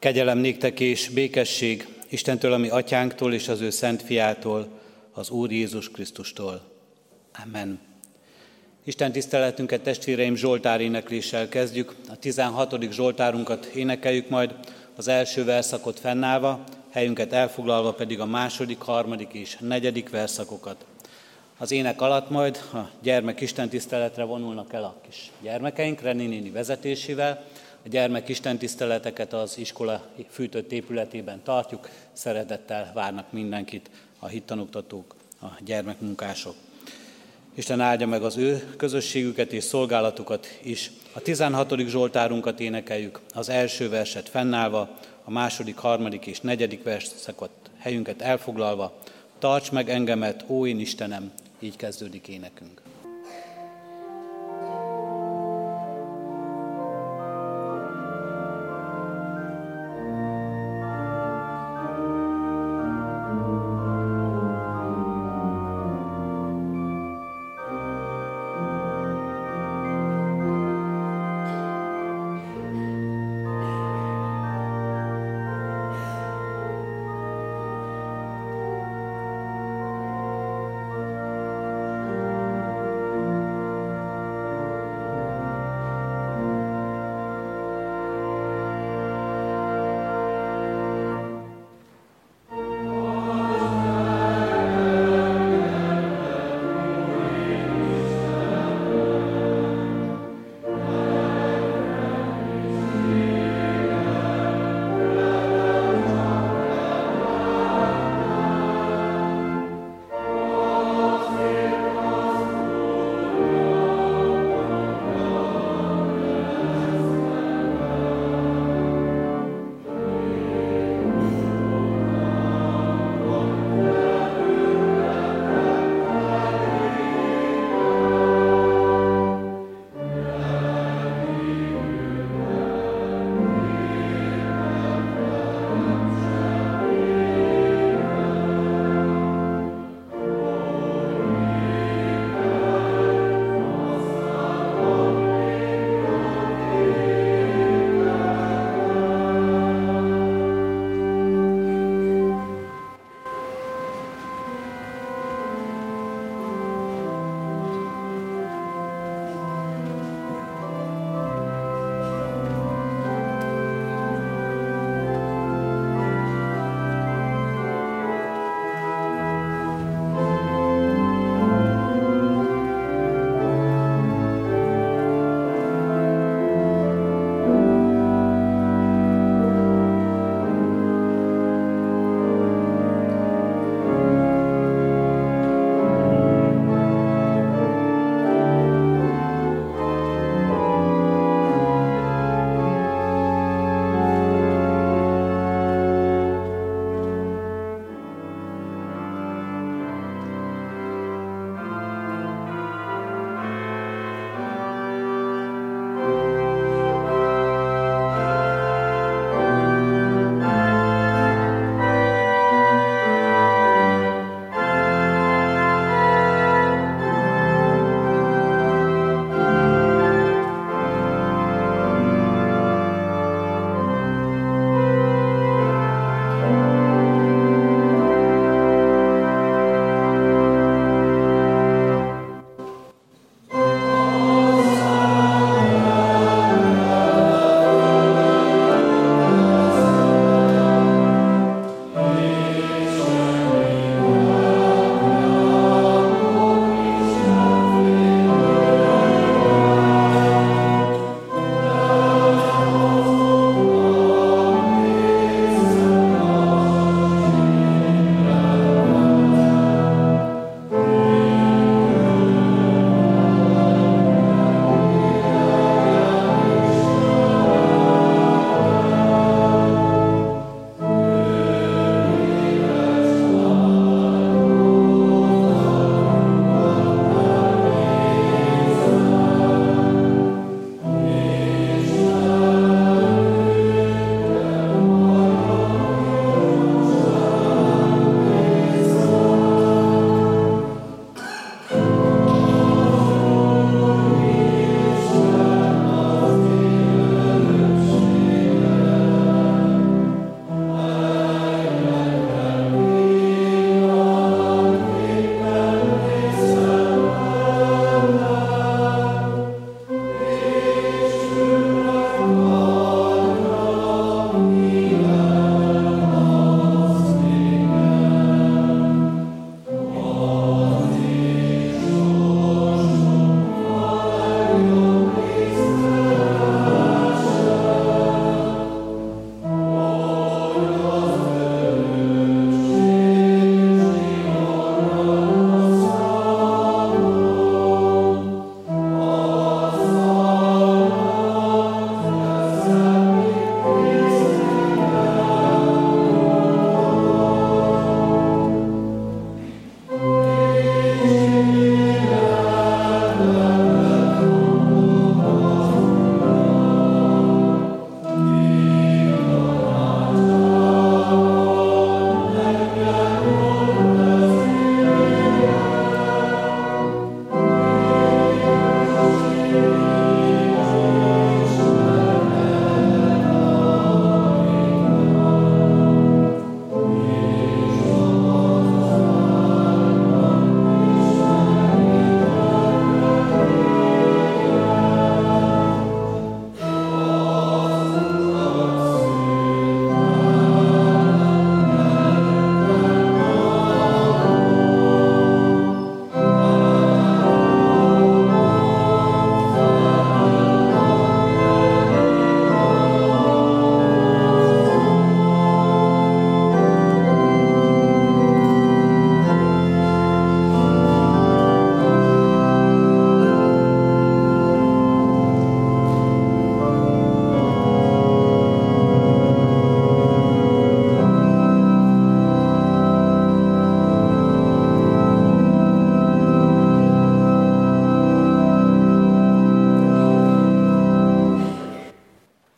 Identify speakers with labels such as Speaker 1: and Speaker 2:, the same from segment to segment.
Speaker 1: Kegyelem néktek és békesség Istentől, ami atyánktól és az ő szent fiától, az Úr Jézus Krisztustól. Amen. Isten tiszteletünket, testvéreim, Zsoltár énekléssel kezdjük. A 16. Zsoltárunkat énekeljük majd, az első verszakot fennállva, helyünket elfoglalva pedig a második, harmadik és negyedik verszakokat. Az ének alatt majd a gyermek istentiszteletre vonulnak el a kis gyermekeink, Reni néni vezetésével. A gyermek istentiszteleteket az iskola fűtött épületében tartjuk, szeretettel várnak mindenkit a hittanoktatók, a gyermekmunkások. Isten áldja meg az ő közösségüket és szolgálatukat is. A 16. Zsoltárunkat énekeljük, az első verset fennállva, a második, harmadik és negyedik verszakot helyünket elfoglalva. Tarts meg engemet, ó én Istenem, így kezdődik énekünk.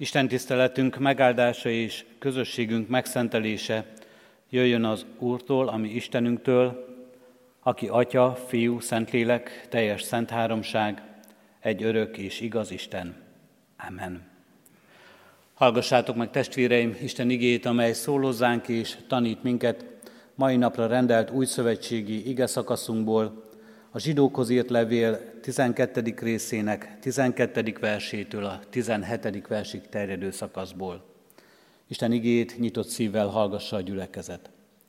Speaker 1: Isten tiszteletünk megáldása és közösségünk megszentelése jöjjön az Úrtól, ami Istenünktől, aki Atya, Fiú, Szentlélek, teljes szent háromság, egy örök és igaz Isten. Amen. Hallgassátok meg, testvéreim, Isten igéjét, amely szól hozzánk és tanít minket mai napra rendelt újszövetségi igeszakaszunkból, a Zsidókhoz írt levél 12. részének 12. versétől a 17. versig terjedő szakaszból. Isten igéjét nyitott szívvel hallgassa a gyülekezet.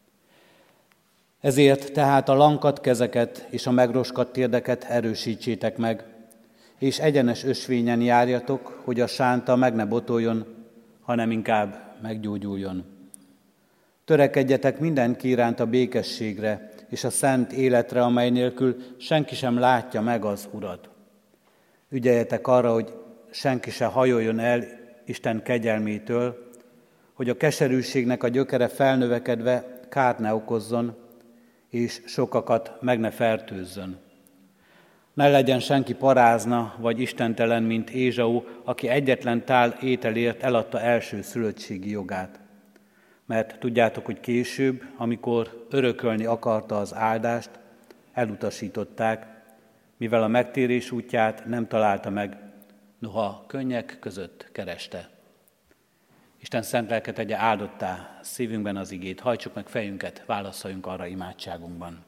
Speaker 1: Ezért tehát a lankadt kezeket és a megroskadt térdeket erősítsétek meg, és egyenes ösvényen járjatok, hogy a sánta meg ne botoljon, hanem inkább meggyógyuljon. Törekedjetek mindenki iránt a békességre és a szent életre, amely nélkül senki sem látja meg az Urat. Ügyeljetek arra, hogy senki se hajoljon el Isten kegyelmétől, hogy a keserűségnek a gyökere felnövekedve kárt ne okozzon, és sokakat meg ne fertőzzön. Ne legyen senki parázna vagy istentelen, mint Ézsau, aki egyetlen tál ételért eladta első szülöttségi jogát. Mert tudjátok, hogy később, amikor örökölni akarta az áldást, elutasították, mivel a megtérés útját nem találta meg, noha könnyek között kereste. Isten szent lelke tegye áldottá szívünkben az igét, hajtsuk meg fejünket, válaszoljunk arra imádságunkban.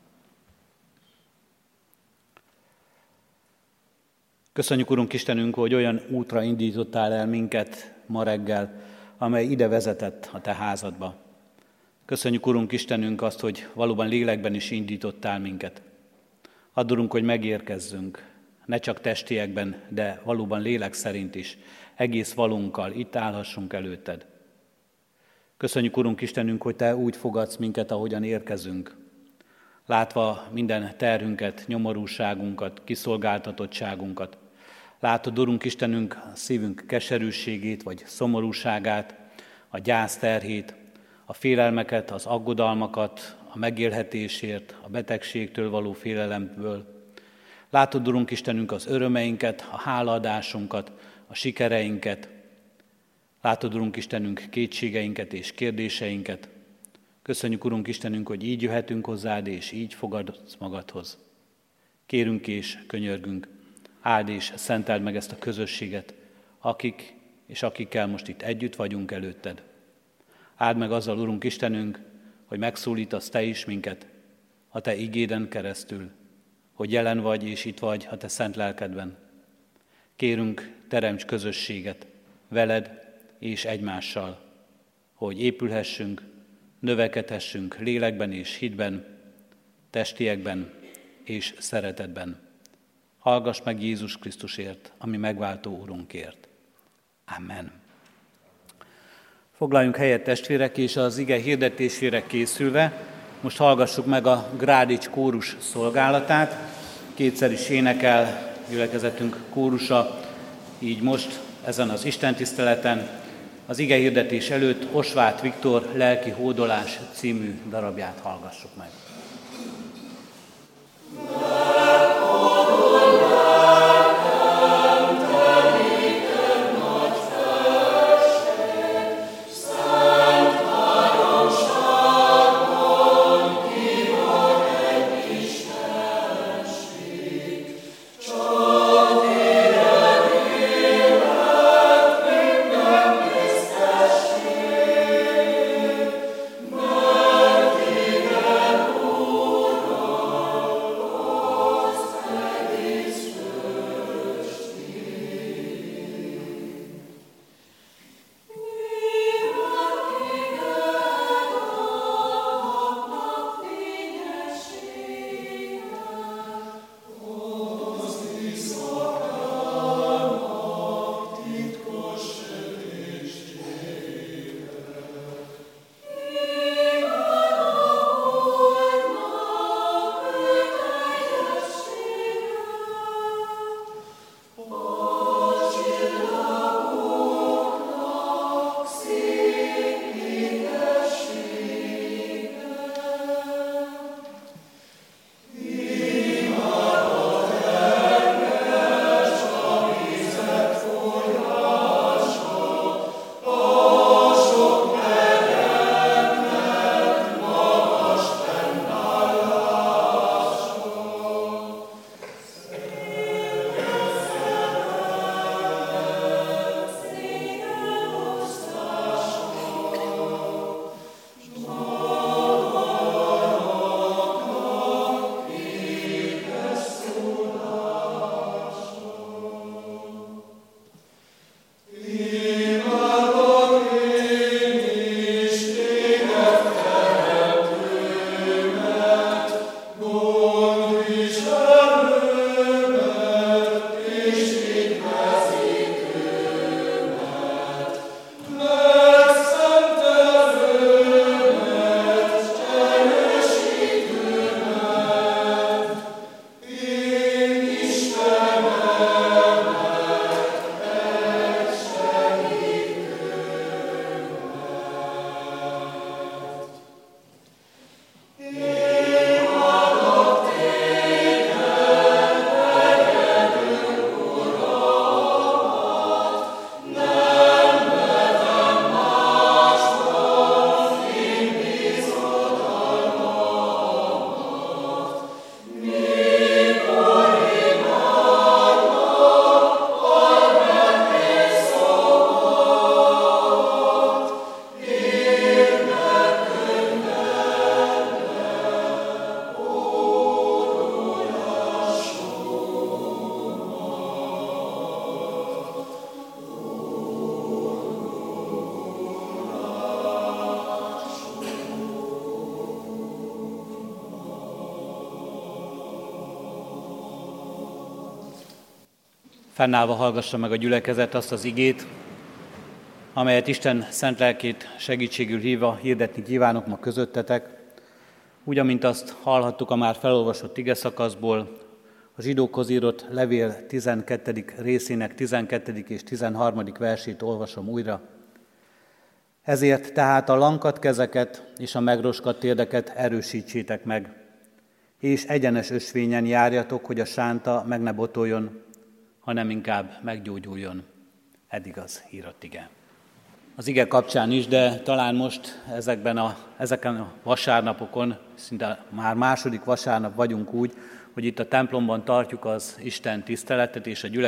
Speaker 1: Köszönjük, Urunk Istenünk, hogy olyan útra indítottál el minket ma reggel, amely ide vezetett a Te házadba. Köszönjük, Urunk Istenünk, azt, hogy valóban lélekben is indítottál minket. Add, Urunk, hogy megérkezzünk, ne csak testiekben, de valóban lélek szerint is, egész valunkkal itt állhassunk előtted. Köszönjük, Urunk Istenünk, hogy Te úgy fogadsz minket, ahogyan érkezünk, látva minden terhünket, nyomorúságunkat, kiszolgáltatottságunkat. Látod, Urunk Istenünk, a szívünk keserűségét vagy szomorúságát, a gyász terhét, a félelmeket, az aggodalmakat, a megélhetésért, a betegségtől való félelemből. Látod, Urunk Istenünk, az örömeinket, a hálaadásunkat, a sikereinket. Látod, Urunk Istenünk, kétségeinket és kérdéseinket. Köszönjük, Urunk Istenünk, hogy így jöhetünk hozzád, és így fogadsz magadhoz. Kérünk és könyörgünk, áld és szenteld meg ezt a közösséget, akikkel most itt együtt vagyunk előtted. Áld meg azzal, Urunk Istenünk, hogy megszólítasz Te is minket a Te igéden keresztül, hogy jelen vagy és itt vagy a Te szent lelkedben. Kérünk, teremts közösséget veled és egymással, hogy épülhessünk, növekedhessünk lélekben és hitben, testiekben és szeretetben. Hallgass meg Jézus Krisztusért, ami megváltó Urunkért. Amen. Foglaljunk helyet, testvérek, és az ige hirdetésére készülve most hallgassuk meg a Grádics kórus szolgálatát. Kétszer is énekel gyülekezetünk kórusa, így most ezen az istentiszteleten az ige hirdetés előtt Osváth Viktor Lelki hódolás című darabját hallgassuk meg.
Speaker 2: Amen.
Speaker 1: Fennállva hallgassa meg a gyülekezet azt az igét, amelyet Isten szent lelkét segítségül hívva hirdetni kívánok ma közöttetek, úgy, amint azt hallhattuk a már felolvasott igeszakaszból, a zsidókhoz írott levél 12. részének 12. és 13. versét olvasom újra. Ezért tehát a lankadt kezeket és a megroskadt térdeket erősítsétek meg, és egyenes ösvényen járjatok, hogy a sánta meg ne botoljon, hanem inkább meggyógyuljon. Eddig az írott ige. Az ige kapcsán is, de talán most ezeken a vasárnapokon, szinte már második vasárnap vagyunk úgy, hogy itt a templomban tartjuk az Isten tiszteletet, és a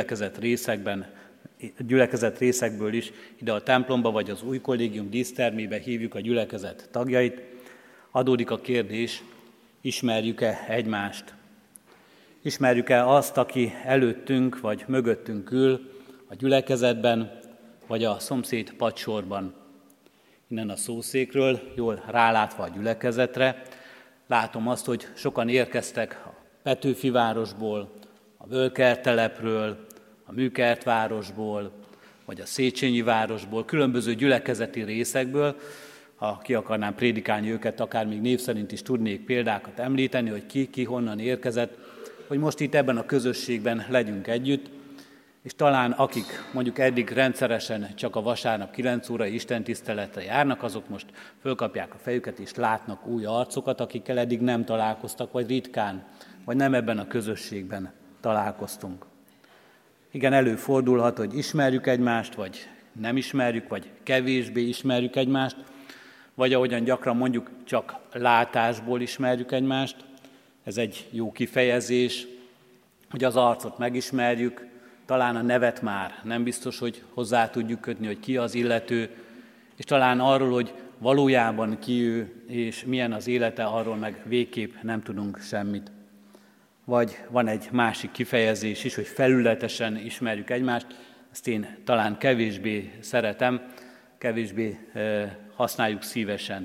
Speaker 1: gyülekezet részekből is ide a templomba vagy az új kollégium dísztermébe hívjuk a gyülekezet tagjait. Adódik a kérdés, ismerjük-e egymást? Ismerjük-e azt, aki előttünk vagy mögöttünk ül a gyülekezetben, vagy a szomszéd padsorban? Innen a szószékről, jól rálátva a gyülekezetre, látom azt, hogy sokan érkeztek a Petőfivárosból, a Völkertelepről, a Műkertvárosból, vagy a Széchenyi városból, különböző gyülekezeti részekből. Ha ki akarnám prédikálni őket, akár még név szerint is tudnék példákat említeni, hogy ki honnan érkezett, hogy most itt ebben a közösségben legyünk együtt, és talán akik mondjuk eddig rendszeresen csak a vasárnap 9 órai istentiszteletre járnak, azok most fölkapják a fejüket és látnak új arcokat, akikkel eddig nem találkoztak, vagy ritkán, vagy nem ebben a közösségben találkoztunk. Igen, előfordulhat, hogy ismerjük egymást, vagy nem ismerjük, vagy kevésbé ismerjük egymást, vagy ahogyan gyakran mondjuk, csak látásból ismerjük egymást. Ez egy jó kifejezés, hogy az arcot megismerjük, talán a nevet már nem biztos, hogy hozzá tudjuk kötni, hogy ki az illető, és talán arról, hogy valójában ki ő, és milyen az élete, arról meg végképp nem tudunk semmit. Vagy van egy másik kifejezés is, hogy felületesen ismerjük egymást, ezt én talán kevésbé szeretem, kevésbé használjuk szívesen.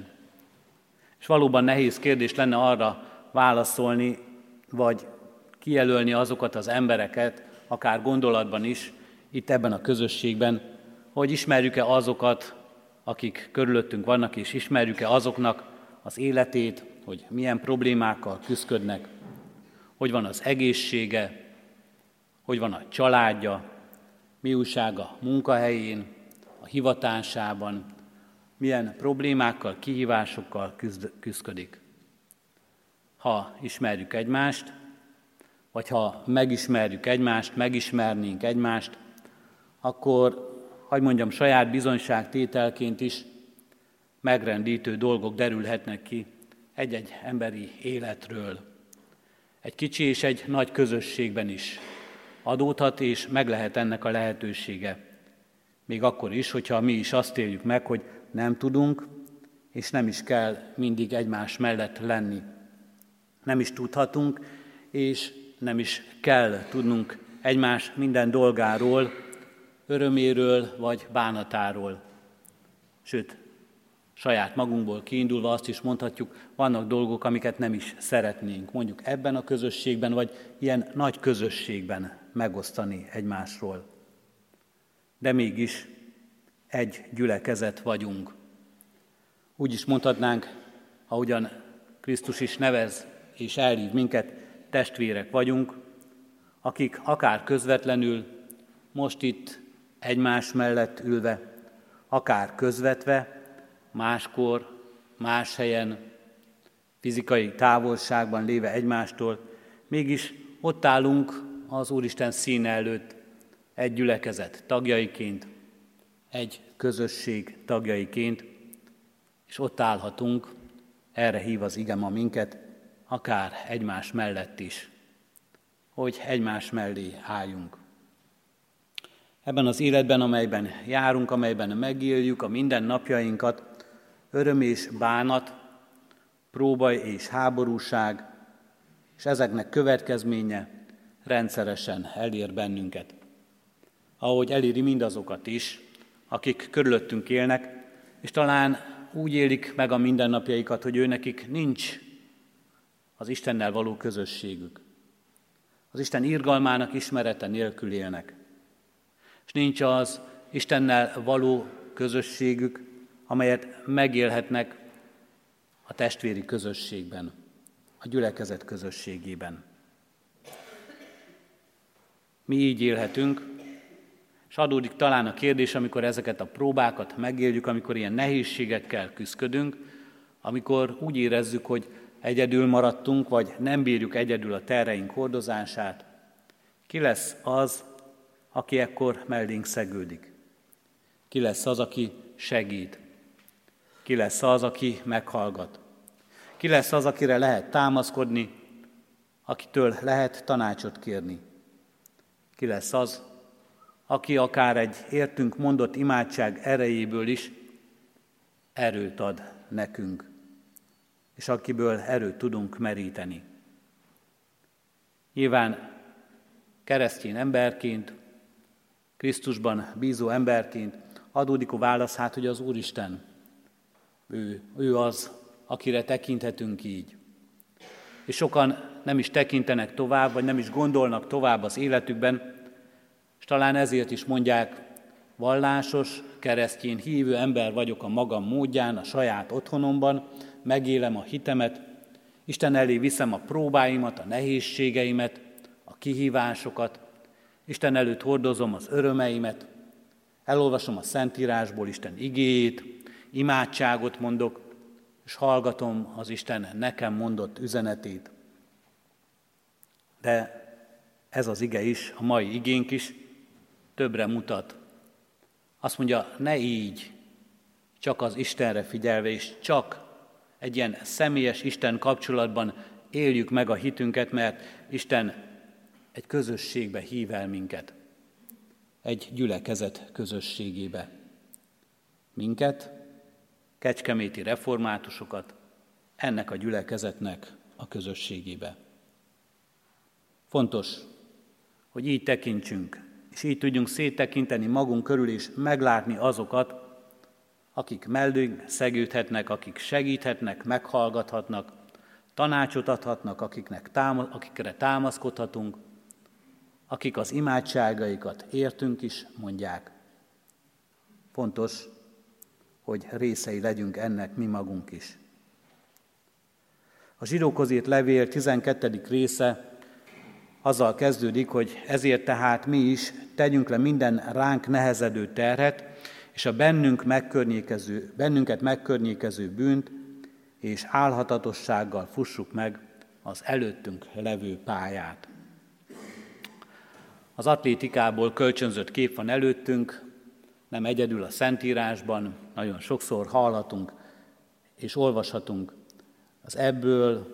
Speaker 1: És valóban nehéz kérdés lenne arra válaszolni, vagy kijelölni azokat az embereket, akár gondolatban is, itt ebben a közösségben, hogy ismerjük-e azokat, akik körülöttünk vannak, és ismerjük-e azoknak az életét, hogy milyen problémákkal küszködnek, hogy van az egészsége, hogy van a családja, mi újság a munkahelyén, a hivatásában, milyen problémákkal, kihívásokkal küszködik. Ha ismerjük egymást, vagy ha megismerjük egymást, megismernénk egymást, akkor, hadd mondjam, saját bizonyságtételként is megrendítő dolgok derülhetnek ki egy-egy emberi életről. Egy kicsi és egy nagy közösségben is adódhat, és meg lehet ennek a lehetősége. Még akkor is, hogyha mi is azt éljük meg, hogy nem tudunk, és nem is kell mindig egymás mellett lenni. Nem is tudhatunk, és nem is kell tudnunk egymás minden dolgáról, öröméről vagy bánatáról. Sőt, saját magunkból kiindulva azt is mondhatjuk, vannak dolgok, amiket nem is szeretnénk, mondjuk ebben a közösségben, vagy ilyen nagy közösségben megosztani egymásról. De mégis egy gyülekezet vagyunk. Úgy is mondhatnánk, ahogyan Krisztus is nevez és elhív minket, testvérek vagyunk, akik akár közvetlenül, most itt egymás mellett ülve, akár közvetve, máskor, más helyen, fizikai távolságban léve egymástól, mégis ott állunk az Úristen színe előtt, egy gyülekezet tagjaiként, egy közösség tagjaiként, és ott állhatunk, erre hív az ige ma minket, akár egymás mellett is, hogy egymás mellé álljunk. Ebben az életben, amelyben járunk, amelyben megéljük a mindennapjainkat, öröm és bánat, próba és háborúság, és ezeknek következménye rendszeresen elér bennünket. Ahogy eléri mindazokat is, akik körülöttünk élnek, és talán úgy élik meg a mindennapjaikat, hogy őnekik nincs az Istennel való közösségük. Az Isten irgalmának ismerete nélkül élnek. és nincs az Istennel való közösségük, amelyet megélhetnek a testvéri közösségben, a gyülekezet közösségében. Mi így élhetünk, és adódik talán a kérdés, amikor ezeket a próbákat megéljük, amikor ilyen nehézségekkel küzdködünk, amikor úgy érezzük, hogy egyedül maradtunk, vagy nem bírjuk egyedül a terheink hordozását, ki lesz az, aki ekkor mellénk szegődik? Ki lesz az, aki segít? Ki lesz az, aki meghallgat? Ki lesz az, akire lehet támaszkodni, akitől lehet tanácsot kérni? Ki lesz az, aki akár egy értünk mondott imádság erejéből is erőt ad nekünk, és akiből erőt tudunk meríteni? Nyilván keresztény emberként, Krisztusban bízó emberként adódik a válasz, hogy az Úristen, ő az, akire tekinthetünk így. És sokan nem is tekintenek tovább, vagy nem is gondolnak tovább az életükben, és talán ezért is mondják, vallásos, keresztény, hívő ember vagyok a magam módján, a saját otthonomban, megélem a hitemet, Isten elé viszem a próbáimat, a nehézségeimet, a kihívásokat, Isten előtt hordozom az örömeimet, elolvasom a Szentírásból Isten igéjét, imádságot mondok, és hallgatom az Isten nekem mondott üzenetét. De ez az ige is, a mai igénk is többre mutat. Azt mondja, ne így, csak az Istenre figyelve, és csak egy ilyen személyes Isten kapcsolatban éljük meg a hitünket, mert Isten egy közösségbe hív el minket, egy gyülekezet közösségébe. Minket, kecskeméti reformátusokat, ennek a gyülekezetnek a közösségébe. Fontos, hogy így tekintsünk, és így tudjunk széttekinteni magunk körül, és meglátni azokat, akik mellünk szegődhetnek, akik segíthetnek, meghallgathatnak, tanácsot adhatnak, akikre támaszkodhatunk, akik az imádságaikat értünk is mondják. Fontos, hogy részei legyünk ennek mi magunk is. A Zsidókhoz írt levél 12. része azzal kezdődik, hogy ezért tehát mi is tegyünk le minden ránk nehezedő terhet, és a bennünket megkörnyékező bűnt, és álhatatossággal fussuk meg az előttünk levő pályát. Az atlétikából kölcsönzött kép van előttünk, nem egyedül a Szentírásban, nagyon sokszor hallhatunk és olvashatunk az ebből,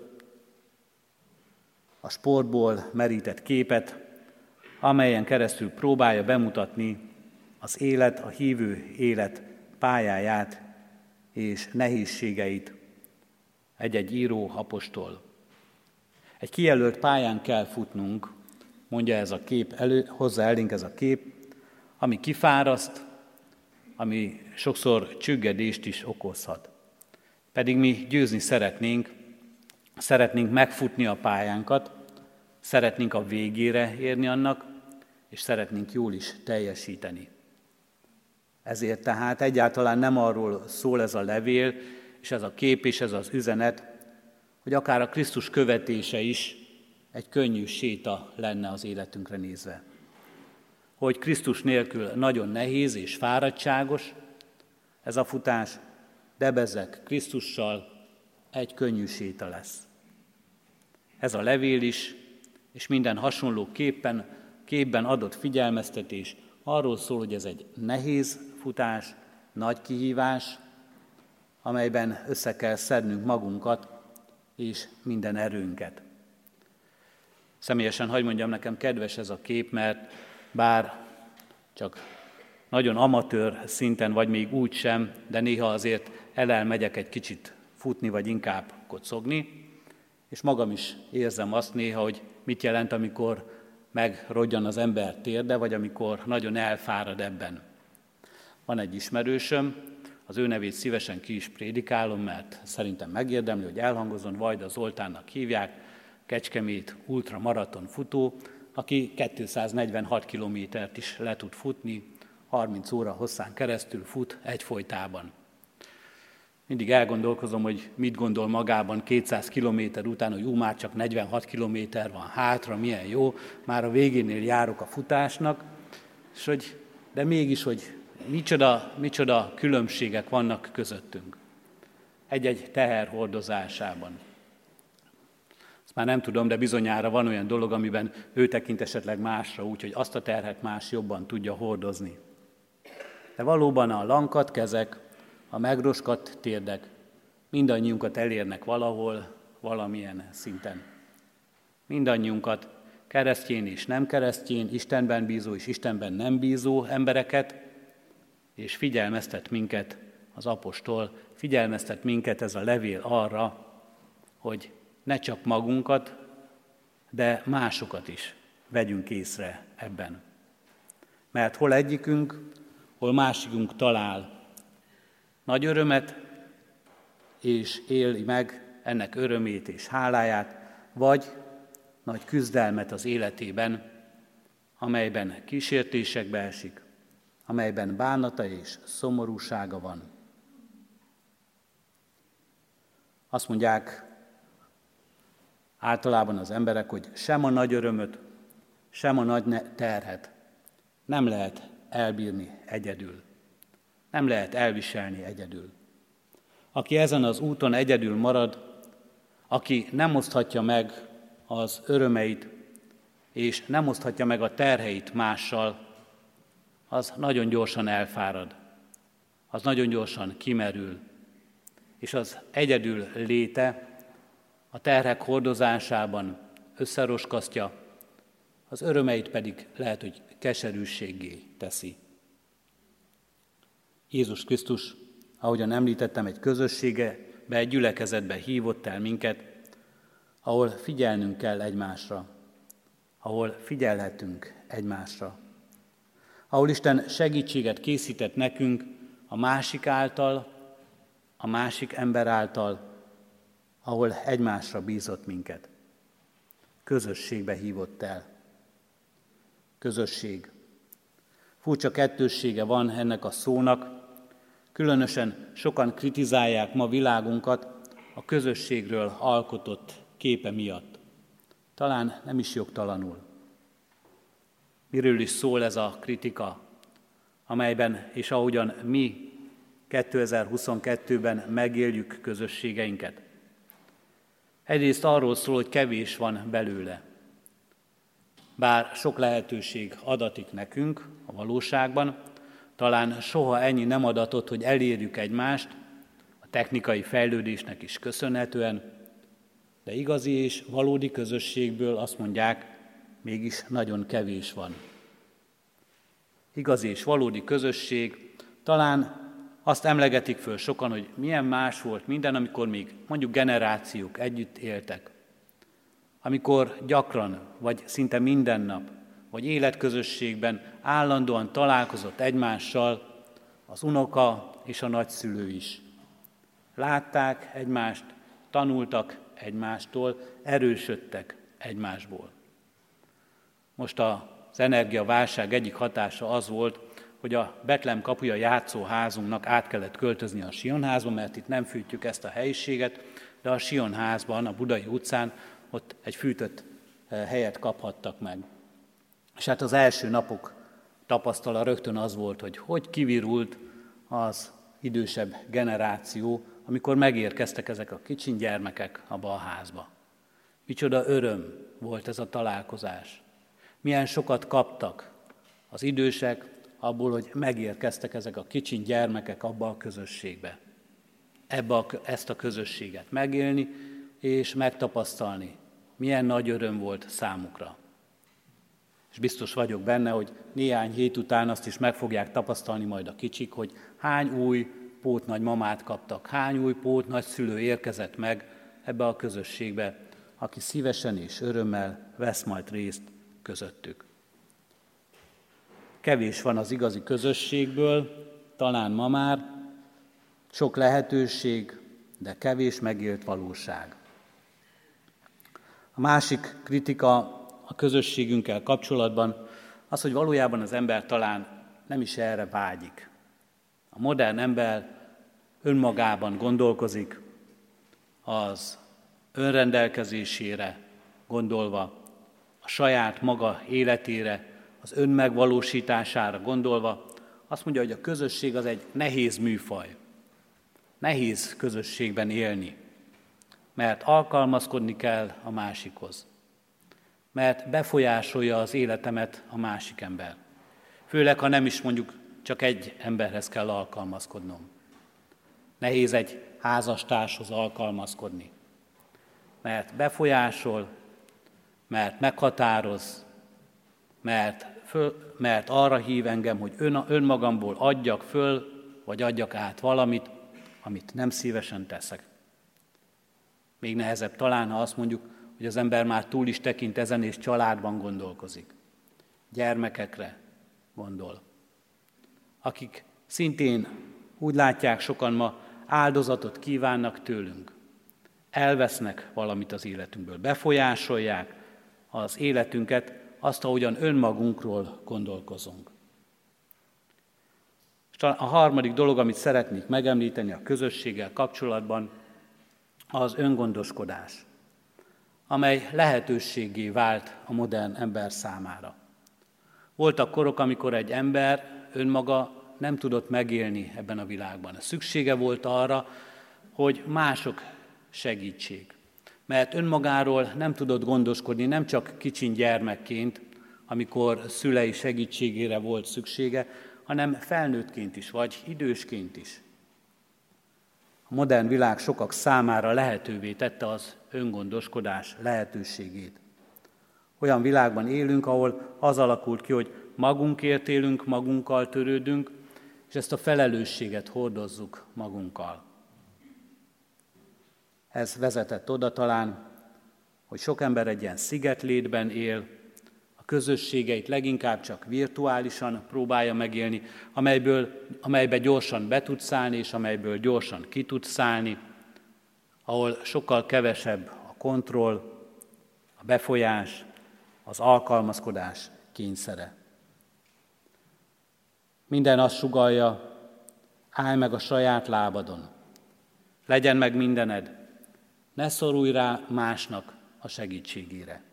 Speaker 1: a sportból merített képet, amelyen keresztül próbálja bemutatni az élet, a hívő élet pályáját és nehézségeit egy-egy író apostol. Egy kijelölt pályán kell futnunk, mondja ez a kép, hozzá elénk ez a kép, ami kifáraszt, ami sokszor csüggedést is okozhat. Pedig mi győzni szeretnénk megfutni a pályánkat, szeretnénk a végére érni annak, és szeretnénk jól is teljesíteni. Ezért tehát egyáltalán nem arról szól ez a levél, és ez a kép és ez az üzenet, hogy akár a Krisztus követése is egy könnyű séta lenne az életünkre nézve. Hogy Krisztus nélkül nagyon nehéz és fáradtságos ez a futás, de bezzeg Krisztussal egy könnyű séta lesz. Ez a levél is, és minden hasonló képben adott figyelmeztetés arról szól, hogy ez egy nehéz futás, nagy kihívás, amelyben össze kell szednünk magunkat és minden erőnket. Személyesen, hadd mondjam, nekem kedves ez a kép, mert bár csak nagyon amatőr szinten, vagy még úgy sem, de néha azért elmegyek egy kicsit futni, vagy inkább kocogni, és magam is érzem azt néha, hogy mit jelent, amikor megrodjan az ember térde, vagy amikor nagyon elfárad ebben. Van egy ismerősöm, az ő nevét szívesen ki is prédikálom, mert szerintem megérdemli, hogy elhangozzon, Vajda Zoltánnak hívják, Kecskemét ultramaraton futó, aki 246 kilométert is le tud futni, 30 óra hosszán keresztül fut egyfolytában. Mindig elgondolkozom, hogy mit gondol magában 200 kilométer után, hogy már csak 46 kilométer van hátra, milyen jó, már a végénél járok a futásnak, és de mégis, hogy micsoda különbségek vannak közöttünk. Egy-egy teher hordozásában. Ezt már nem tudom, de bizonyára van olyan dolog, amiben ő tekint esetleg másra, úgyhogy azt a terhet más jobban tudja hordozni. De valóban a lankadt kezek, a megroskadt térdek mindannyiunkat elérnek valahol, valamilyen szinten. Mindannyiunkat, keresztény és nem keresztény, Istenben bízó és Istenben nem bízó embereket, és figyelmeztet minket az apostol, figyelmeztet minket ez a levél arra, hogy ne csak magunkat, de másokat is vegyünk észre ebben. Mert hol egyikünk, hol másikunk talál nagy örömet, és éli meg ennek örömét és háláját, vagy nagy küzdelmet az életében, amelyben kísértésekbe esik, amelyben bánata és szomorúsága van. Azt mondják általában az emberek, hogy sem a nagy örömöt, sem a nagy terhet nem lehet elbírni egyedül. Nem lehet elviselni egyedül. Aki ezen az úton egyedül marad, aki nem oszthatja meg az örömeit, és nem oszthatja meg a terheit mással, az nagyon gyorsan elfárad, az nagyon gyorsan kimerül, és az egyedül léte a terhek hordozásában összeroskasztja, az örömeit pedig lehet, hogy keserűséggé teszi. Jézus Krisztus, ahogyan említettem, egy közösségbe, egy gyülekezetbe hívott el minket, ahol figyelnünk kell egymásra, ahol figyelhetünk egymásra, ahol Isten segítséget készített nekünk a másik által, a másik ember által, ahol egymásra bízott minket. Közösségbe hívott el. Közösség. Furcsa kettőssége van ennek a szónak, különösen sokan kritizálják ma világunkat a közösségről alkotott képe miatt. Talán nem is jogtalanul. Miről is szól ez a kritika, amelyben és ahogyan mi 2022-ben megéljük közösségeinket? Egyrészt arról szól, hogy kevés van belőle. Bár sok lehetőség adatik nekünk a valóságban, talán soha ennyi nem adatott, hogy elérjük egymást, a technikai fejlődésnek is köszönhetően, de igazi és valódi közösségből azt mondják, mégis nagyon kevés van. Igazi és valódi közösség, talán azt emlegetik föl sokan, hogy milyen más volt minden, amikor még mondjuk generációk együtt éltek. Amikor gyakran, vagy szinte minden nap, vagy életközösségben állandóan találkozott egymással az unoka és a nagyszülő is. Látták egymást, tanultak egymástól, erősödtek egymásból. Most az energiaválság egyik hatása az volt, hogy a Betlehem kapuja játszóházunknak át kellett költözni a Sionházba, mert itt nem fűtjük ezt a helyiséget, de a Sionházban, a Budai utcán ott egy fűtött helyet kaphattak meg. És hát az első napok tapasztala rögtön az volt, hogy kivirult az idősebb generáció, amikor megérkeztek ezek a kicsin gyermekek abba a házba. Micsoda öröm volt ez a találkozás. Milyen sokat kaptak az idősek abból, hogy megérkeztek ezek a kicsin gyermekek abba a közösségbe. Ezt a közösséget megélni és megtapasztalni. Milyen nagy öröm volt számukra. És biztos vagyok benne, hogy néhány hét után azt is meg fogják tapasztalni majd a kicsik, hogy hány új pótnagymamát kaptak, hány új pótnagyszülő érkezett meg ebbe a közösségbe, aki szívesen és örömmel vesz majd részt közöttük. Kevés van az igazi közösségből, talán ma már, sok lehetőség, de kevés megélt valóság. A másik kritika a közösségünkkel kapcsolatban az, hogy valójában az ember talán nem is erre vágyik. A modern ember önmagában gondolkozik, az önrendelkezésére gondolva, a saját maga életére, az önmegvalósítására gondolva, azt mondja, hogy a közösség az egy nehéz műfaj. Nehéz közösségben élni, mert alkalmazkodni kell a másikhoz, mert befolyásolja az életemet a másik ember. Főleg, ha nem is mondjuk csak egy emberhez kell alkalmazkodnom. Nehéz egy házastárshoz alkalmazkodni, mert befolyásol, mert meghatároz, mert arra hív engem, hogy önmagamból adjak föl, vagy adjak át valamit, amit nem szívesen teszek. Még nehezebb talán, ha azt mondjuk, hogy az ember már túl is tekint ezen, és családban gondolkozik. Gyermekekre gondol. Akik szintén úgy látják sokan ma, áldozatot kívánnak tőlünk. Elvesznek valamit az életünkből, befolyásolják az életünket, azt, ahogyan önmagunkról gondolkozunk. És a harmadik dolog, amit szeretnék megemlíteni a közösséggel kapcsolatban, az öngondoskodás, amely lehetőséggé vált a modern ember számára. Voltak korok, amikor egy ember önmaga nem tudott megélni ebben a világban. Szüksége volt arra, hogy mások segítsék. Mert önmagáról nem tudott gondoskodni, nem csak kicsin gyermekként, amikor szülei segítségére volt szüksége, hanem felnőttként is, vagy idősként is. A modern világ sokak számára lehetővé tette az öngondoskodás lehetőségét. Olyan világban élünk, ahol az alakult ki, hogy magunkért élünk, magunkkal törődünk, és ezt a felelősséget hordozzuk magunkkal. Ez vezetett oda talán, hogy sok ember egy ilyen szigetlétben él, a közösségeit leginkább csak virtuálisan próbálja megélni, amelybe gyorsan be tud szállni, és amelyből gyorsan ki tud szállni, ahol sokkal kevesebb a kontroll, a befolyás, az alkalmazkodás kényszere. Minden azt sugallja, állj meg a saját lábadon, legyen meg mindened, ne szorulj rá másnak a segítségére.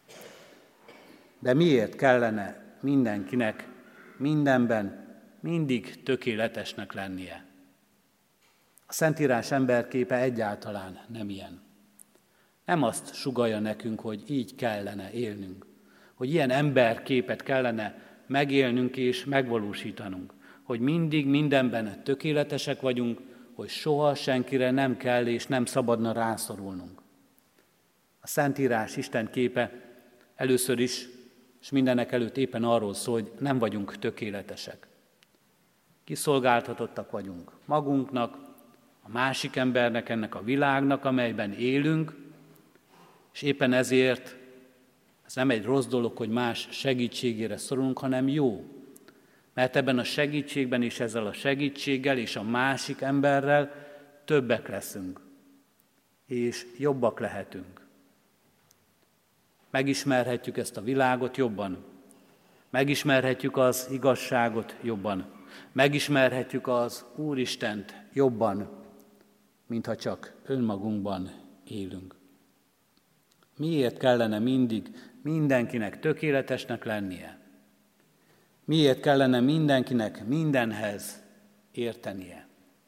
Speaker 1: De miért kellene mindenkinek mindenben mindig tökéletesnek lennie? A Szentírás emberképe egyáltalán nem ilyen. Nem azt sugallja nekünk, hogy így kellene élnünk, hogy ilyen emberképet kellene megélnünk és megvalósítanunk, hogy mindig mindenben tökéletesek vagyunk, hogy soha senkire nem kell és nem szabadna rászorulnunk. A Szentírás Isten képe először is, és mindenek előtt éppen arról szól, hogy nem vagyunk tökéletesek. Kiszolgáltatottak vagyunk magunknak, a másik embernek, ennek a világnak, amelyben élünk, és éppen ezért ez nem egy rossz dolog, hogy más segítségére szorulunk, hanem jó. Mert ebben a segítségben és ezzel a segítséggel és a másik emberrel többek leszünk, és jobbak lehetünk. Megismerhetjük ezt a világot jobban, megismerhetjük az igazságot jobban, megismerhetjük az Úristent jobban, mintha csak önmagunkban élünk. Miért kellene mindig mindenkinek tökéletesnek lennie? Miért kellene mindenkinek mindenhez értenie?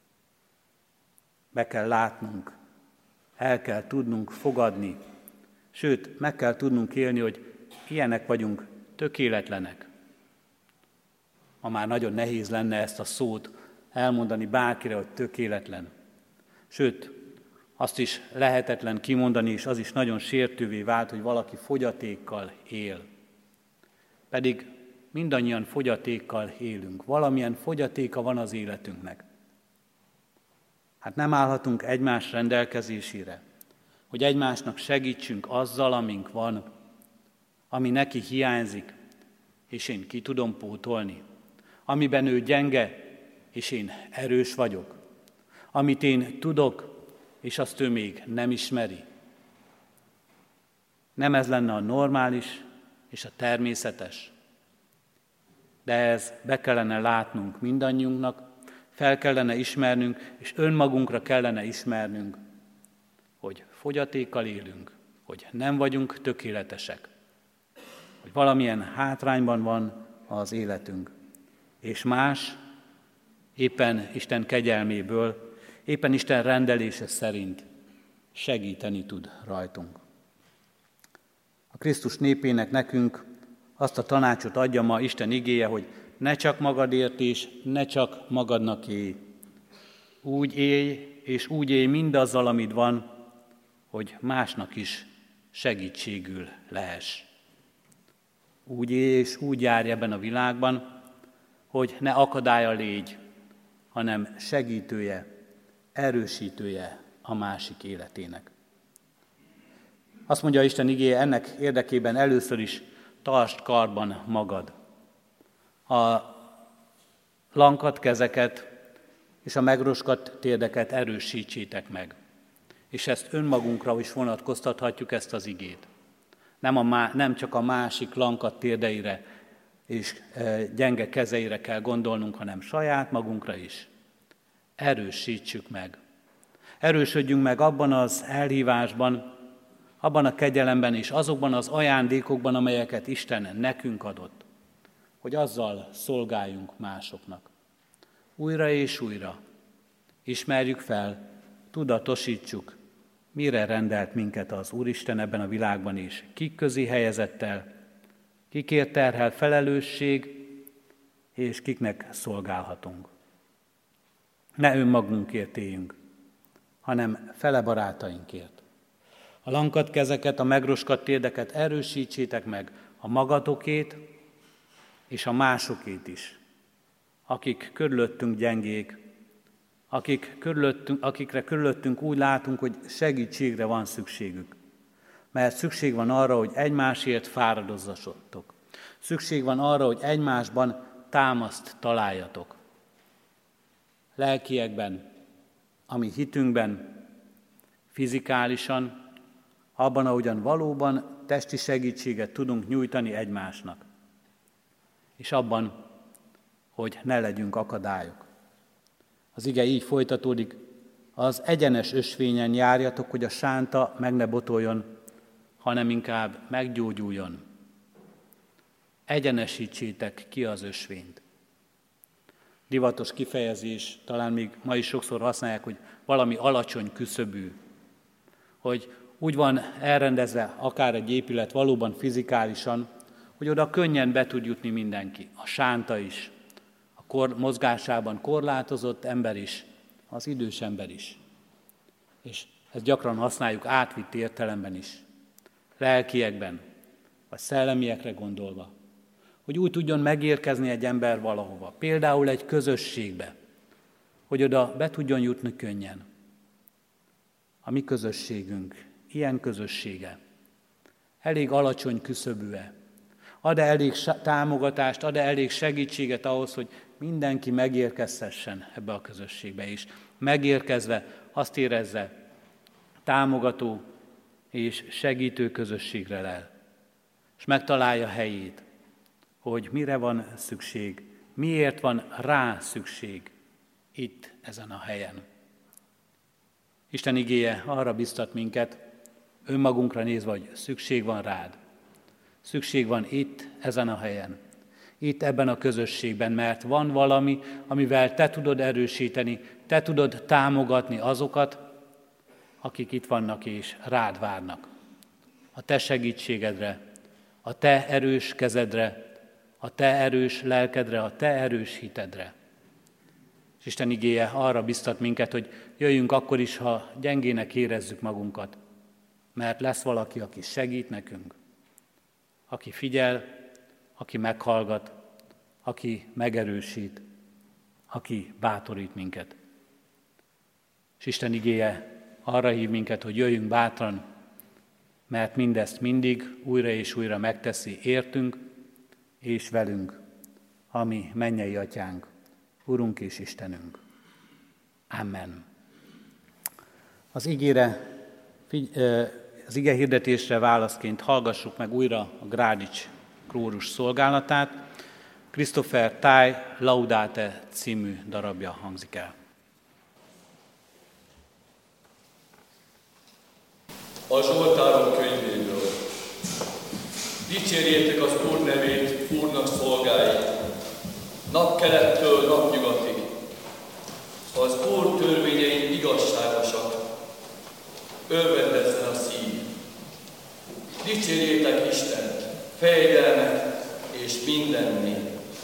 Speaker 1: Be kell látnunk, el kell tudnunk fogadni, sőt, meg kell tudnunk élni, hogy ilyenek vagyunk, tökéletlenek. Ma már nagyon nehéz lenne ezt a szót elmondani bárkire, hogy tökéletlen. Sőt, azt is lehetetlen kimondani, és az is nagyon sértővé vált, hogy valaki fogyatékkal él. Pedig mindannyian fogyatékkal élünk. Valamilyen fogyatéka van az életünknek. Hát nem állhatunk egymás rendelkezésére, hogy egymásnak segítsünk azzal, amink van, ami neki hiányzik, és én ki tudom pótolni. Amiben ő gyenge, és én erős vagyok. Amit én tudok, és azt ő még nem ismeri. Nem ez lenne a normális, és a természetes. De ez be kellene látnunk mindannyiunknak, fel kellene ismernünk, és önmagunkra kellene ismernünk, hogy fogyatékkal élünk, hogy nem vagyunk tökéletesek, hogy valamilyen hátrányban van az életünk, és más éppen Isten kegyelméből, éppen Isten rendelése szerint segíteni tud rajtunk. A Krisztus népének nekünk azt a tanácsot adja ma Isten igéje, hogy ne csak magadért és ne csak magadnak élj. Úgy élj, és úgy élj mindazzal, amit van, hogy másnak is segítségül lehess. Úgy élj és úgy járj ebben a világban, hogy ne akadálya légy, hanem segítője, erősítője a másik életének. Azt mondja Isten igéje, ennek érdekében először is tartsd karban magad. A lankadt kezeket és a megroskadt térdeket erősítsétek meg. És ezt önmagunkra is vonatkoztathatjuk, ezt az igét. Nem csak a másik lankadt térdeire és gyenge kezeire kell gondolnunk, hanem saját magunkra is. Erősítsük meg. Erősödjünk meg abban az elhívásban, abban a kegyelemben és azokban az ajándékokban, amelyeket Isten nekünk adott, hogy azzal szolgáljunk másoknak. Újra és újra ismerjük fel, tudatosítsuk, mire rendelt minket az Úristen ebben a világban is, kik közé helyezett el, kikért terhel felelősség, és kiknek szolgálhatunk. Ne önmagunkért éljünk, hanem fele barátainkért. A lankadt kezeket, a megroskadt térdeket erősítsétek meg, a magatokét és a másokét is, akik körülöttünk gyengék, akikre körülöttünk úgy látunk, hogy segítségre van szükségük. Mert szükség van arra, hogy egymásért fáradozzatok. Szükség van arra, hogy egymásban támaszt találjatok. Lelkiekben, a mi hitünkben, fizikálisan, abban, ahogyan valóban testi segítséget tudunk nyújtani egymásnak. És abban, hogy ne legyünk akadályok. Az ige így folytatódik, az egyenes ösvényen járjatok, hogy a sánta meg ne botoljon, hanem inkább meggyógyuljon. Egyenesítsétek ki az ösvényt. Divatos kifejezés, talán még ma is sokszor használják, hogy valami alacsony küszöbű, hogy úgy van elrendezve akár egy épület valóban fizikálisan, hogy oda könnyen be tud jutni mindenki, a sánta is, a mozgásában korlátozott ember is, az idős ember is. És ezt gyakran használjuk átvitt értelemben is, lelkiekben, vagy szellemiekre gondolva, hogy úgy tudjon megérkezni egy ember valahova, például egy közösségbe, hogy oda be tudjon jutni könnyen. A mi közösségünk, ilyen közössége, elég alacsony küszöbűe, ad-e elég támogatást, ad-e elég segítséget ahhoz, hogy mindenki megérkezhessen ebbe a közösségbe is. Megérkezve azt érezze, támogató és segítő közösségre lel. És megtalálja helyét, hogy mire van szükség, miért van rá szükség itt, ezen a helyen. Isten igéje arra biztat minket, önmagunkra nézve, hogy szükség van rád. Szükség van itt, ezen a helyen. Itt ebben a közösségben, mert van valami, amivel te tudod erősíteni, te tudod támogatni azokat, akik itt vannak és rád várnak. A te segítségedre, a te erős kezedre, a te erős lelkedre, a te erős hitedre. És Isten igéje arra biztat minket, hogy jöjjünk akkor is, ha gyengének érezzük magunkat, mert lesz valaki, aki segít nekünk, aki figyel, aki meghallgat, aki megerősít, aki bátorít minket. És Isten igéje arra hív minket, hogy jöjjünk bátran, mert mindezt mindig újra és újra megteszi értünk és velünk, ami mennyei Atyánk, Urunk és Istenünk. Amen. Az ige hirdetésre válaszként hallgassuk meg újra a Grádics kórus szolgálatát. Christopher Thai Laudate című darabja hangzik el.
Speaker 2: A Zsoltárok könyvéből. Dicsérjétek az Úr nevét, Úrnak szolgái, napkelettől napnyugatig. Az Úr törvényei igazságosak, örvendezzen a szív. Dicsérjétek Istent, fejedelmet és mindenni.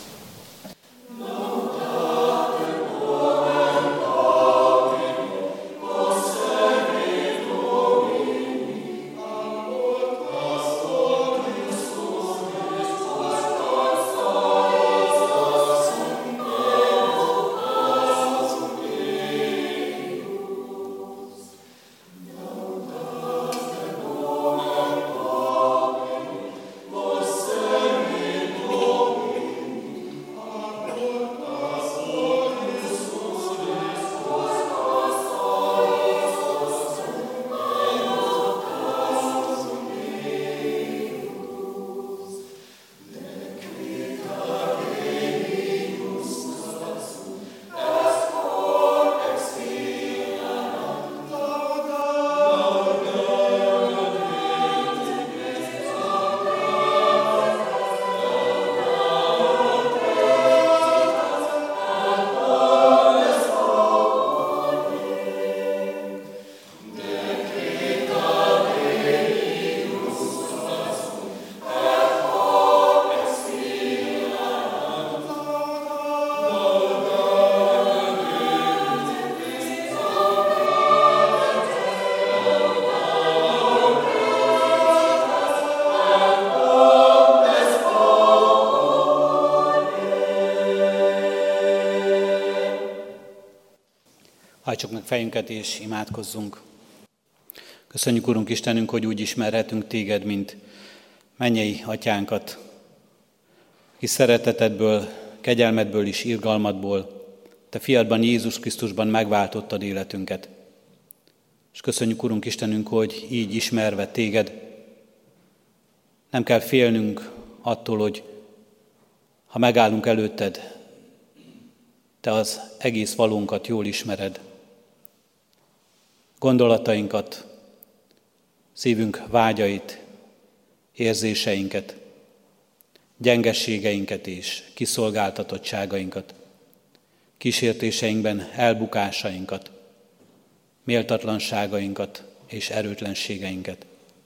Speaker 1: Hajtsuk meg fejünket és imádkozzunk. Köszönjük, Urunk Istenünk, hogy úgy ismerhetünk Téged, mint mennyei Atyánkat, aki szeretetedből, kegyelmedből és irgalmadból Te fiadban, Jézus Krisztusban megváltottad életünket. És köszönjük, Urunk Istenünk, hogy így ismerve Téged, nem kell félnünk attól, hogy ha megállunk előtted, Te az egész valónkat jól ismered. Gondolatainkat, szívünk vágyait, érzéseinket, gyengességeinket és kiszolgáltatottságainkat, kísértéseinkben elbukásainkat, méltatlanságainkat és erőtlenségeinket.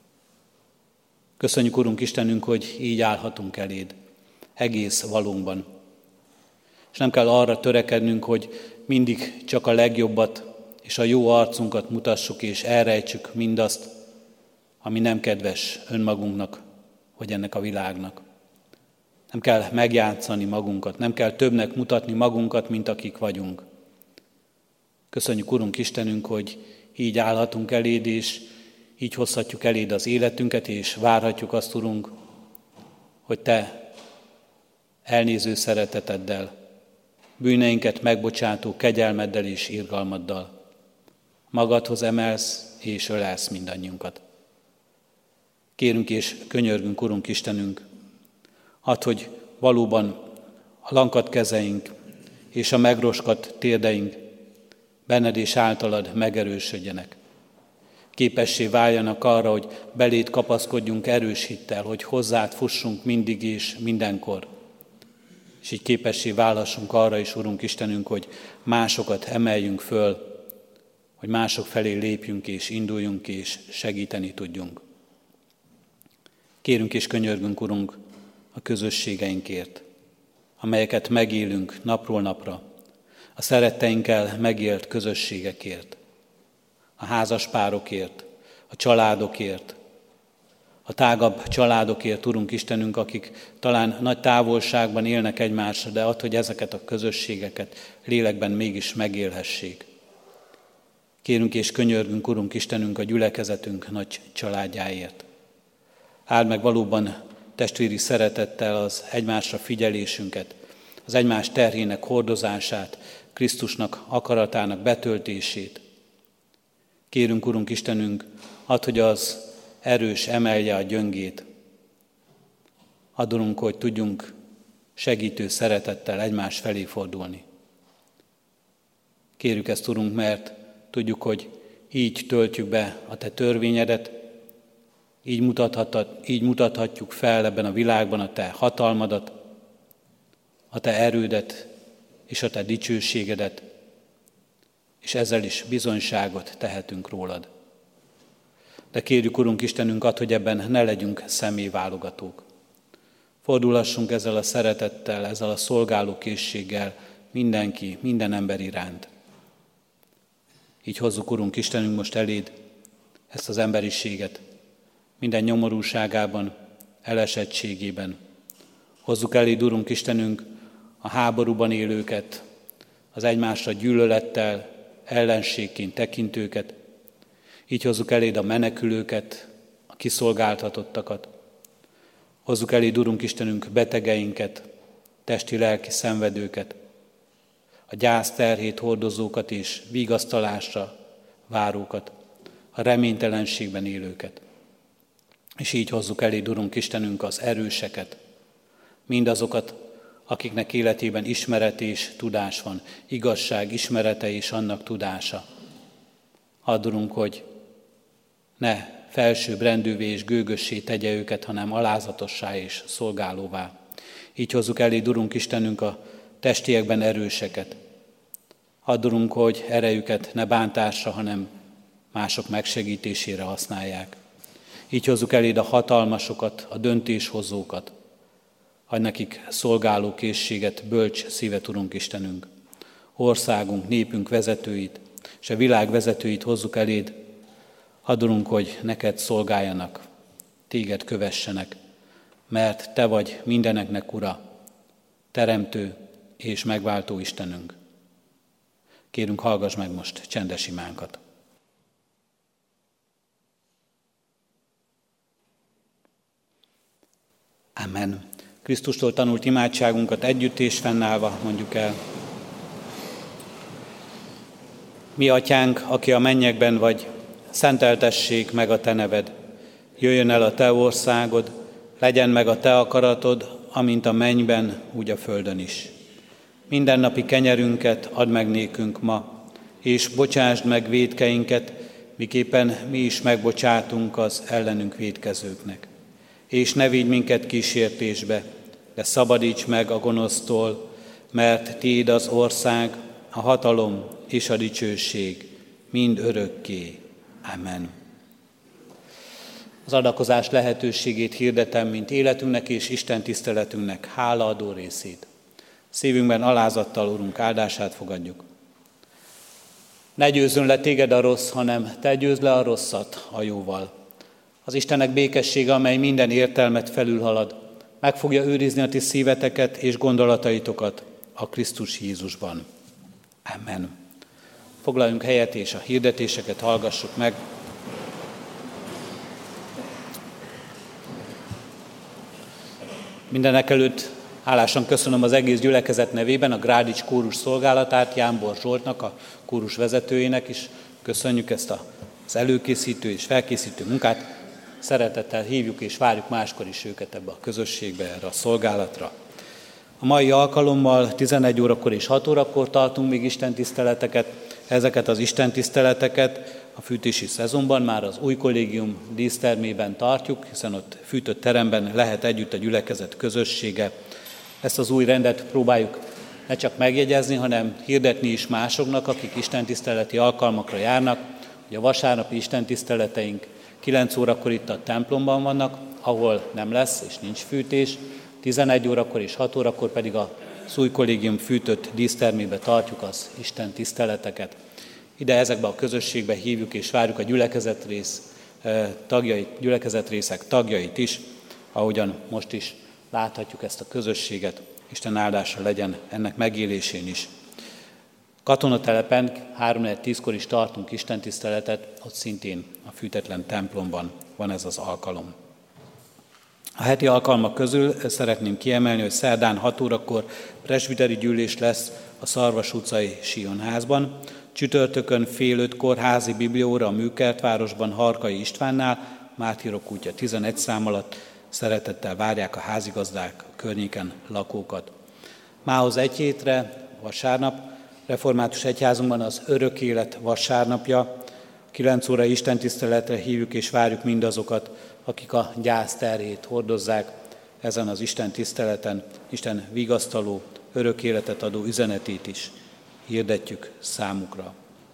Speaker 1: Köszönjük, Urunk Istenünk, hogy így állhatunk eléd, egész valónkban. És nem kell arra törekednünk, hogy mindig csak a legjobbat és a jó arcunkat mutassuk és elrejtsük mindazt, ami nem kedves önmagunknak, vagy ennek a világnak. Nem kell megjátszani magunkat, nem kell többnek mutatni magunkat, mint akik vagyunk. Köszönjük, Urunk Istenünk, hogy így állhatunk eléd, és így hozhatjuk eléd az életünket, és várhatjuk azt, Urunk, hogy Te elnéző szereteteddel, bűneinket megbocsátó kegyelmeddel és irgalmaddal magadhoz emelsz és ölelsz mindannyiunkat. Kérünk és könyörgünk, Urunk Istenünk, add, hogy valóban a lankadt kezeink és a megroskadt térdeink benned és általad megerősödjenek. Képessé váljanak arra, hogy beléd kapaszkodjunk erős hittel, hogy hozzád fussunk mindig és mindenkor. És így képessé válhassunk arra is, Urunk Istenünk, hogy másokat emeljünk föl, hogy mások felé lépjünk és induljunk és segíteni tudjunk. Kérünk és könyörgünk, Urunk, a közösségeinkért, amelyeket megélünk napról napra, a szeretteinkkel megélt közösségekért, a házaspárokért, a családokért, a tágabb családokért, Urunk Istenünk, akik talán nagy távolságban élnek egymásra, de add, hogy ezeket a közösségeket lélekben mégis megélhessék. Kérünk és könyörgünk, Urunk Istenünk, a gyülekezetünk nagy családjáért. Áld meg valóban testvéri szeretettel az egymásra figyelésünket, az egymás terhének hordozását, Krisztusnak akaratának betöltését. Kérünk, Urunk Istenünk, add, hogy az erős emelje a gyöngét. Adunk, hogy tudjunk segítő szeretettel egymás felé fordulni. Kérjük ezt, Urunk, mert tudjuk, hogy így töltjük be a Te törvényedet, így mutathatjuk fel ebben a világban a Te hatalmadat, a Te erődet és a Te dicsőségedet, és ezzel is bizonyságot tehetünk rólad. De kérjük, Urunk Istenünk, hogy ebben ne legyünk személyválogatók. Fordulhassunk ezzel a szeretettel, ezzel a szolgálókészséggel mindenki, minden ember iránt. Így hozzuk, Urunk Istenünk, most eléd ezt az emberiséget, minden nyomorúságában, elesettségében. Hozzuk eléd, Urunk Istenünk, a háborúban élőket, az egymásra gyűlölettel, ellenségként tekintőket. Így hozzuk eléd a menekülőket, a kiszolgáltatottakat. Hozzuk eléd, Urunk Istenünk, betegeinket, testi-lelki szenvedőket, a gyász terhét hordozókat és vigasztalásra várókat, a reménytelenségben élőket. És így hozzuk eléd, Urunk Istenünk, az erőseket, mindazokat, akiknek életében ismeret és tudás van, igazság ismerete és annak tudása. Add, Urunk, hogy ne felsőbb rendűvé és gőgössé tegye őket, hanem alázatossá és szolgálóvá. Így hozzuk eléd, Urunk Istenünk, a testiekben erőseket. Add, Urunk, hogy erejüket ne bántásra, hanem mások megsegítésére használják. Így hozzuk eléd a hatalmasokat, a döntéshozókat. Adj nekik szolgáló készséget, bölcs szívet, Urunk Istenünk. Országunk, népünk vezetőit, és a világ vezetőit hozzuk eléd. Add, Urunk, hogy neked szolgáljanak, téged kövessenek, mert te vagy mindeneknek Ura, teremtő és megváltó Istenünk. Kérünk, hallgass meg most csendes imánkat. Amen. Krisztustól tanult imádságunkat együtt és fennállva mondjuk el. Mi atyánk, aki a mennyekben vagy, szenteltessék meg a te neved. Jöjjön el a te országod, legyen meg a te akaratod, amint a mennyben, úgy a földön is. Mindennapi kenyerünket add meg nékünk ma, és bocsásd meg vétkeinket, miképpen mi is megbocsátunk az ellenünk vétkezőknek. És ne vigy minket kísértésbe, de szabadíts meg a gonosztól, mert tiéd az ország, a hatalom és a dicsőség mind örökké. Amen. Az adakozás lehetőségét hirdetem, mint életünknek és Isten tiszteletünknek hálaadó részét. Szívünkben alázattal, Urunk, áldását fogadjuk. Ne győzzön le téged a rossz, hanem te győzd le a rosszat a jóval. Az Istennek békessége, amely minden értelmet felülhalad, meg fogja őrizni a ti szíveteket és gondolataitokat a Krisztus Jézusban. Amen. Foglaljunk helyet és a hirdetéseket hallgassuk meg. Mindenekelőtt hálásan köszönöm az egész gyülekezet nevében a Grádics kórus szolgálatát, Jánbor Zsoltnak, a kórus vezetőjének is. Köszönjük ezt az előkészítő és felkészítő munkát. Szeretettel hívjuk és várjuk máskor is őket ebbe a közösségbe, erre a szolgálatra. A mai alkalommal 11 órakor és 6 órakor tartunk még istentiszteleteket. Ezeket az istentiszteleteket a fűtési szezonban már az új kollégium dísztermében tartjuk, hiszen ott fűtött teremben lehet együtt a gyülekezet közössége. Ezt az új rendet próbáljuk ne csak megjegyezni, hanem hirdetni is másoknak, akik istentiszteleti alkalmakra járnak, hogy a vasárnapi istentiszteleteink 9 órakor itt a templomban vannak, ahol nem lesz és nincs fűtés, 11 órakor és 6 órakor pedig az új kollégium fűtött dísztermébe tartjuk az Isten tiszteleteket. Ide ezekbe a közösségbe hívjuk és várjuk a gyülekezetrészek tagjait is, ahogyan most is láthatjuk ezt a közösséget. Isten áldása legyen ennek megélésén is. Katonatelepen 3-10-kor is tartunk istentiszteletet, ott szintén a fűtetlen templomban van ez az alkalom. A heti alkalmak közül szeretném kiemelni, hogy szerdán 6 órakor presbiteri gyűlés lesz a Szarvas utcai Sionházban, csütörtökön fél 5-kor házi biblióra a Műkertvárosban Harkai Istvánnál, Mártírok útja 11 szám alatt, szeretettel várják a házigazdák, a környéken lakókat. Mához egy hétre, vasárnap, református egyházunkban az örök élet vasárnapja, 9 órai istentiszteletre hívjuk és várjuk mindazokat, akik a gyász terhét hordozzák ezen az istentiszteleten, Isten vigasztaló, örök életet adó üzenetét is hirdetjük számukra.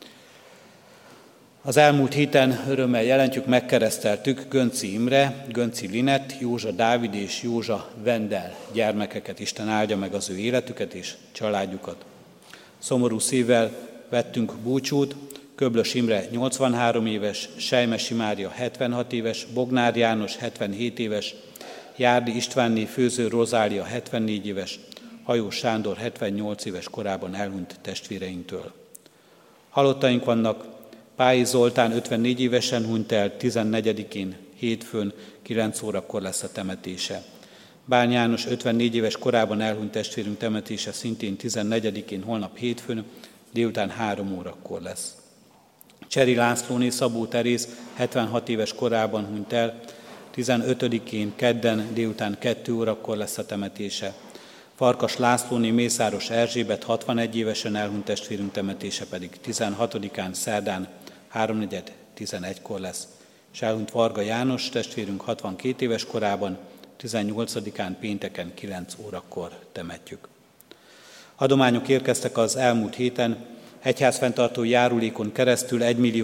Speaker 1: Az elmúlt héten örömmel jelentjük, megkereszteltük Gönci Imre, Gönci Linett, Józsa Dávid és Józsa Vendel gyermekeket. Isten áldja meg az ő életüket és családjukat. Szomorú szívvel vettünk búcsút, Köblös Imre 83 éves, Sejmesi Mária 76 éves, Bognár János 77 éves, Járdi Istvánné Főző Rozália 74 éves, Hajós Sándor 78 éves korában elhunyt testvéreinktől. Halottaink vannak, Pályi Zoltán 54 évesen hunyt el, 14-én hétfőn 9 órakor lesz a temetése. Bán János 54 éves korában elhunyt testvérünk temetése szintén 14-én holnap hétfőn, délután 3 órakor lesz. Cseri Lászlóné Szabó Teréz 76 éves korában hunyt el, 15-én kedden délután 2 órakor lesz a temetése. Farkas Lászlóné Mészáros Erzsébet 61 évesen elhunyt testvérünk temetése pedig 16-án szerdán 3:11-kor lesz. És elhunyt Varga János testvérünk 62 éves korában, 18-án pénteken 9 órakor temetjük. Adományok érkeztek az elmúlt héten, egyházfenntartó járulékon keresztül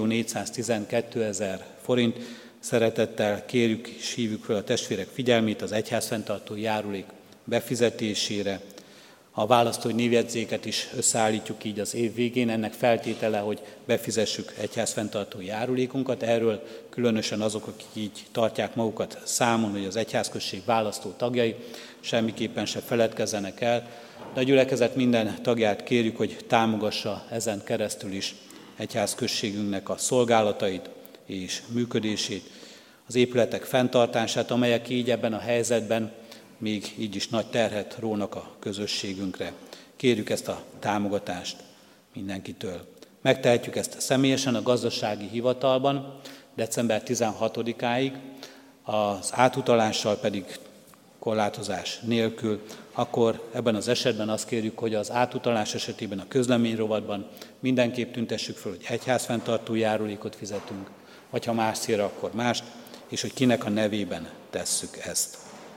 Speaker 1: 1.412.000 forint. Szeretettel kérjük és hívjuk fel a testvérek figyelmét az egyházfenntartó járulék befizetésére. A választói névjegyzéket is összeállítjuk így az év végén. Ennek feltétele, hogy befizessük egyházfenntartó járulékunkat. Erről különösen azok, akik így tartják magukat számon, hogy az egyházközség választó tagjai, semmiképpen se feledkezzenek el. De a gyülekezet minden tagját kérjük, hogy támogassa ezen keresztül is egyházközségünknek a szolgálatait és működését, az épületek fenntartását, amelyek így ebben a helyzetben még így is nagy terhet rónak a közösségünkre. Kérjük ezt a támogatást mindenkitől. Megtehetjük ezt személyesen a gazdasági hivatalban december 16-áig, az átutalással pedig korlátozás nélkül. Akkor ebben az esetben azt kérjük, hogy az átutalás esetében a közleményrovatban mindenképp tüntessük fel, hogy egyházfenntartó járulékot fizetünk, vagy ha más célra, akkor mást, és hogy kinek a nevében tesszük ezt.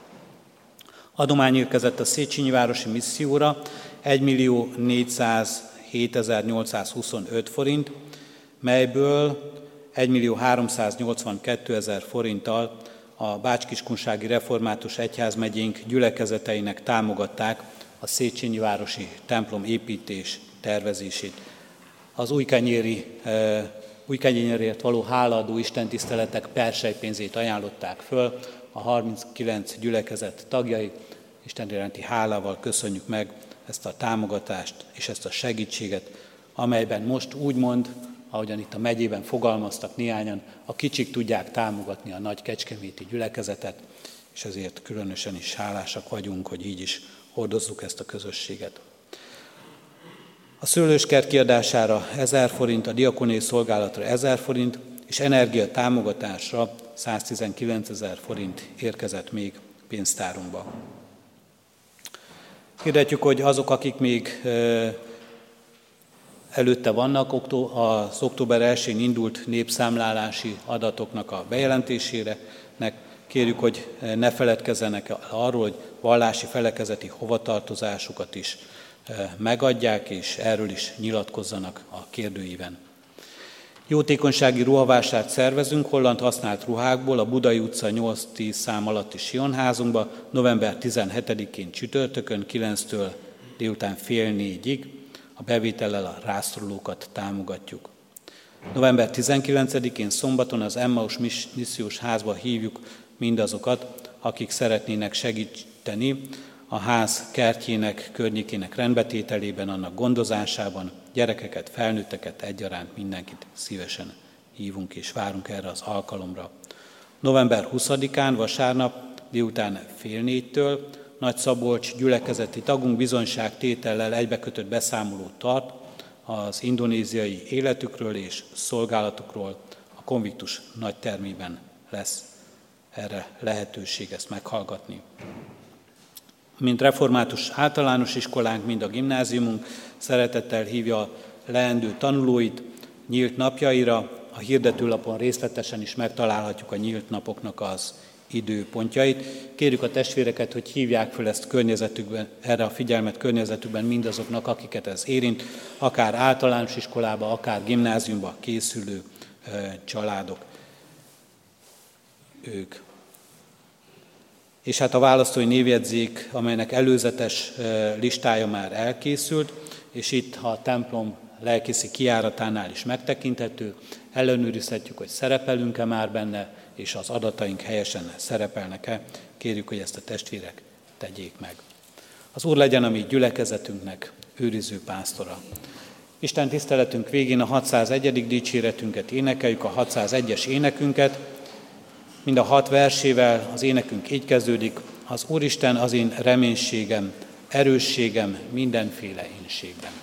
Speaker 1: Adomány érkezett a Széchenyi városi misszióra 1.407.825 forint, melyből 1.382.000 forinttal a Bács-Kiskunsági Református Egyházmegyénk gyülekezeteinek támogatták a Széchenyi városi templom építés tervezését. Az újkenyérért való hálaadó istentiszteletek perselypénzét ajánlották föl, a 39 gyülekezet tagjai. Isten iránti hálával köszönjük meg ezt a támogatást és ezt a segítséget, amelyben most úgymond, ahogyan itt a megyében fogalmaztak néhányan, a kicsik tudják támogatni a nagy kecskeméti gyülekezetet, és ezért különösen is hálásak vagyunk, hogy így is hordozzuk ezt a közösséget. A szőlőskert kiadására 1000 forint, a diakóniai szolgálatra 1000 forint, és energia támogatásra 119.000 forint érkezett még pénztárunkba. Hirdetjük, hogy azok, akik még előtte vannak, az október 1-én indult népszámlálási adatoknak a bejelentésére, kérjük, hogy ne feledkezzenek arról, hogy vallási felekezeti hovatartozásukat is megadják, és erről is nyilatkozzanak a kérdőíven. Jótékonysági ruhavásárt szervezünk holland használt ruhákból a Budai utca 8-10 szám alatti Sionházunkba november 17-én csütörtökön 9-től délután 3:30-ig. A bevétellel a rászorulókat támogatjuk. November 19-én szombaton az Emmaus missziós házba hívjuk mindazokat, akik szeretnének segíteni a ház kertjének, környékének rendbetételében, annak gondozásában, gyerekeket, felnőtteket egyaránt mindenkit szívesen hívunk és várunk erre az alkalomra. November 20-án vasárnap délután 3:30-től Nagyszabolcs gyülekezeti tagunk bizonyságtétellel egybekötött beszámolót tart az indonéziai életükről és szolgálatukról, a Konviktus nagytermében lesz erre lehetőség ezt meghallgatni. Mind református általános iskolánk, mind a gimnáziumunk szeretettel hívja leendő tanulóit nyílt napjaira. A hirdetőlapon részletesen is megtalálhatjuk a nyílt napoknak az időpontjait. Kérjük a testvéreket, hogy hívják fel ezt környezetükben, erre a figyelmet környezetükben mindazoknak, akiket ez érint, akár általános iskolába, akár gimnáziumba készülő családok. Ők. És hát a választói névjegyzék, amelynek előzetes listája már elkészült, és itt a templom lelkészi kijáratánál is megtekinthető, ellenőrizhetjük, hogy szerepelünk-e már benne, és az adataink helyesen szerepelnek-e. Kérjük, hogy ezt a testvérek tegyék meg. Az Úr legyen a mi gyülekezetünknek őriző pásztora. Isten tiszteletünk végén a 601. dicséretünket énekeljük, a 601-es énekünket. Mind a 6 versével az énekünk így kezdődik: az Úristen az én reménységem, erősségem mindenféle énségben.